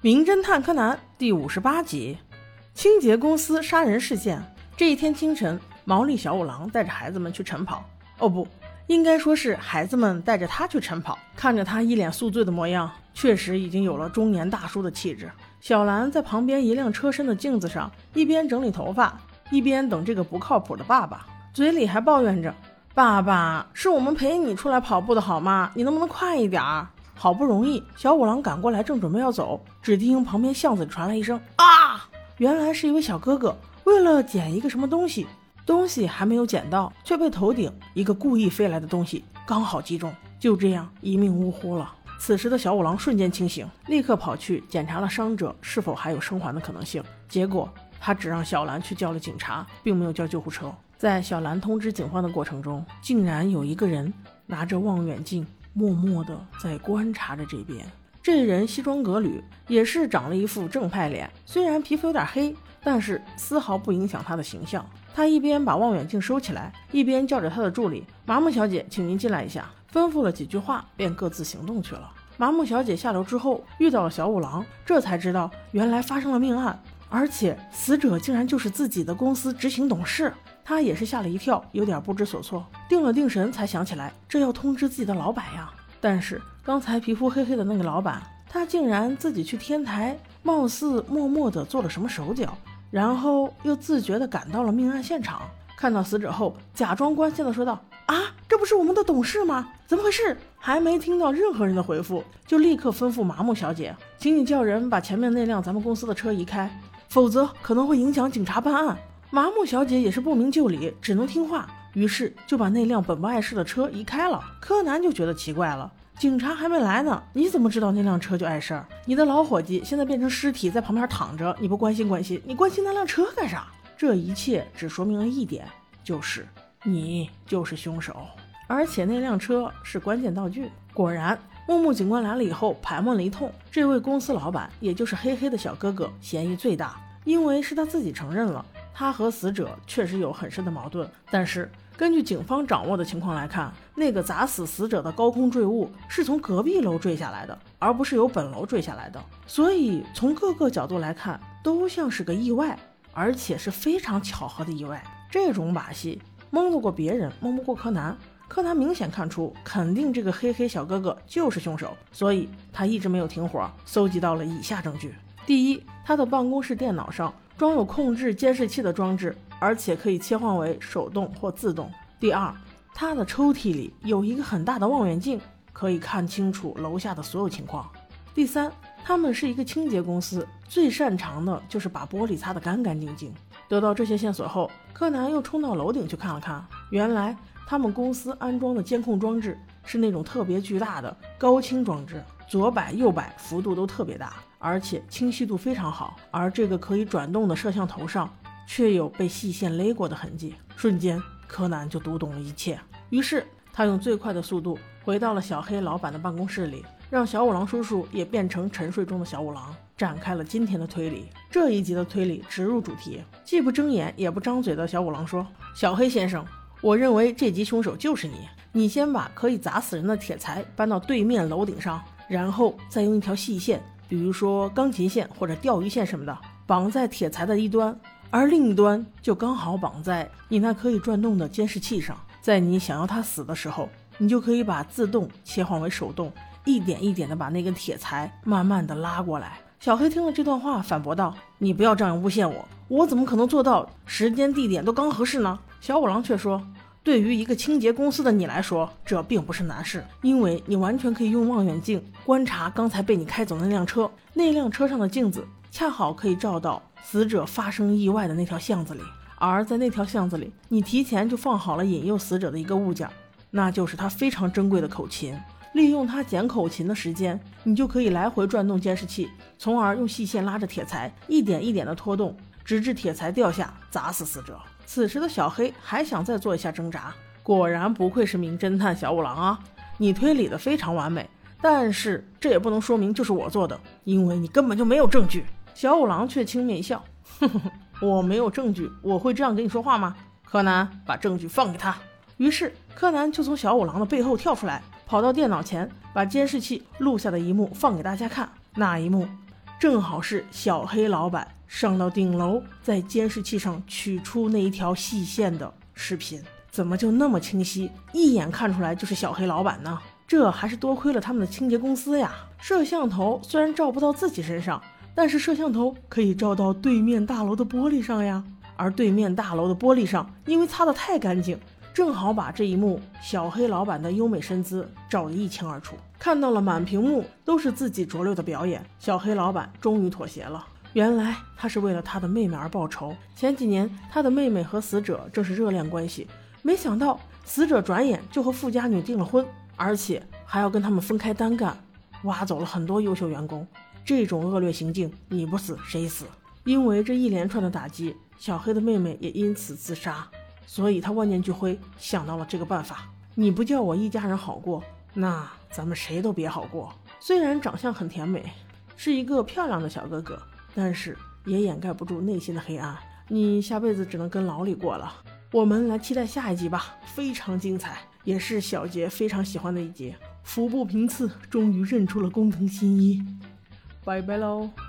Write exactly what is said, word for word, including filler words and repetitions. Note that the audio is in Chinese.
名侦探柯南第五十八集，清洁公司杀人事件。这一天清晨，毛利小五郎带着孩子们去晨跑。哦不，应该说是孩子们带着他去晨跑。看着他一脸宿醉的模样，确实已经有了中年大叔的气质。小兰在旁边一辆车身的镜子上，一边整理头发，一边等这个不靠谱的爸爸，嘴里还抱怨着：爸爸，是我们陪你出来跑步的好吗？你能不能快一点儿？好不容易小五郎赶过来，正准备要走，只听旁边巷子里传来一声啊！原来是一位小哥哥为了捡一个什么东西，东西还没有捡到，却被头顶一个故意飞来的东西刚好击中，就这样一命呜呼了。此时的小五郎瞬间清醒，立刻跑去检查了伤者是否还有生还的可能性。结果他只让小兰去叫了警察，并没有叫救护车。在小兰通知警方的过程中，竟然有一个人拿着望远镜默默地在观察着这边。这人西装革履，也是长了一副正派脸，虽然皮肤有点黑，但是丝毫不影响他的形象。他一边把望远镜收起来，一边叫着他的助理：麻木小姐，请您进来一下。吩咐了几句话，便各自行动去了。麻木小姐下楼之后遇到了小五郎，这才知道原来发生了命案，而且死者竟然就是自己的公司执行董事。他也是吓了一跳，有点不知所措，定了定神才想起来这要通知自己的老板呀。但是刚才皮肤黑黑的那个老板，他竟然自己去天台，貌似默默地做了什么手脚，然后又自觉地赶到了命案现场。看到死者后，假装关心地说道：啊，这不是我们的董事吗？怎么回事？还没听到任何人的回复，就立刻吩咐麻木小姐，请你叫人把前面那辆咱们公司的车移开，否则可能会影响警察办案。麻木小姐也是不明就里，只能听话，于是就把那辆本不碍事的车移开了。柯南就觉得奇怪了，警察还没来呢，你怎么知道那辆车就碍事儿？你的老伙计现在变成尸体在旁边躺着，你不关心关心，你关心那辆车干啥？这一切只说明了一点，就是你就是凶手，而且那辆车是关键道具。果然木木警官来了以后盘问了一通，这位公司老板也就是黑黑的小哥哥嫌疑最大，因为是他自己承认了他和死者确实有很深的矛盾。但是根据警方掌握的情况来看，那个砸死死者的高空坠物是从隔壁楼坠下来的，而不是由本楼坠下来的，所以从各个角度来看都像是个意外，而且是非常巧合的意外。这种把戏蒙得过别人，蒙不过柯南。柯南明显看出肯定这个黑黑小哥哥就是凶手，所以他一直没有停火，搜集到了以下证据。第一，他的办公室电脑上装有控制监视器的装置，而且可以切换为手动或自动。第二，他的抽屉里有一个很大的望远镜，可以看清楚楼下的所有情况。第三，他们是一个清洁公司，最擅长的就是把玻璃擦得干干净净。得到这些线索后，柯南又冲到楼顶去看了看，原来他们公司安装的监控装置是那种特别巨大的高清装置，左摆右摆幅度都特别大，而且清晰度非常好，而这个可以转动的摄像头上却有被细线勒过的痕迹。瞬间柯南就读懂了一切，于是他用最快的速度回到了小黑老板的办公室里，让小五郎叔叔也变成沉睡中的小五郎，展开了今天的推理。这一集的推理直入主题，既不睁眼也不张嘴的小五郎说：小黑先生，我认为这集凶手就是你，你先把可以砸死人的铁材搬到对面楼顶上，然后再用一条细线，比如说钢琴线或者钓鱼线什么的，绑在铁材的一端，而另一端就刚好绑在你那可以转动的监视器上。在你想要他死的时候，你就可以把自动切换为手动，一点一点的把那根铁材慢慢的拉过来。小黑听了这段话反驳道：你不要这样诬陷我，我怎么可能做到时间地点都刚合适呢？小五郎却说：对于一个清洁公司的你来说，这并不是难事，因为你完全可以用望远镜观察刚才被你开走的那辆车，那辆车上的镜子恰好可以照到死者发生意外的那条巷子里，而在那条巷子里，你提前就放好了引诱死者的一个物件，那就是他非常珍贵的口琴。利用他捡口琴的时间，你就可以来回转动监视器，从而用细线拉着铁材一点一点的拖动，直至铁材掉下砸死死者。此时的小黑还想再做一下挣扎，果然不愧是名侦探小五郎啊，你推理的非常完美，但是这也不能说明就是我做的，因为你根本就没有证据。小五郎却轻蔑一笑：哼哼哼，我没有证据，我会这样跟你说话吗？柯南，把证据放给他。于是柯南就从小五郎的背后跳出来，跑到电脑前，把监视器录下的一幕放给大家看。那一幕正好是小黑老板上到顶楼，在监视器上取出那一条细线的视频。怎么就那么清晰，一眼看出来就是小黑老板呢？这还是多亏了他们的清洁公司呀。摄像头虽然照不到自己身上，但是摄像头可以照到对面大楼的玻璃上呀。而对面大楼的玻璃上，因为擦得太干净，正好把这一幕小黑老板的优美身姿照得一清二楚。看到了满屏幕都是自己拙劣的表演，小黑老板终于妥协了。原来他是为了他的妹妹而报仇。前几年他的妹妹和死者正是热恋关系，没想到死者转眼就和富家女订了婚，而且还要跟他们分开单干，挖走了很多优秀员工。这种恶劣行径，你不死谁死？因为这一连串的打击，小黑的妹妹也因此自杀。所以他万念俱灰，想到了这个办法：你不叫我一家人好过，那咱们谁都别好过。虽然长相很甜美，是一个漂亮的小哥哥，但是也掩盖不住内心的黑暗。你下辈子只能跟牢里过了。我们来期待下一集吧，非常精彩，也是小杰非常喜欢的一集。服部平次终于认出了工藤新一，拜拜喽。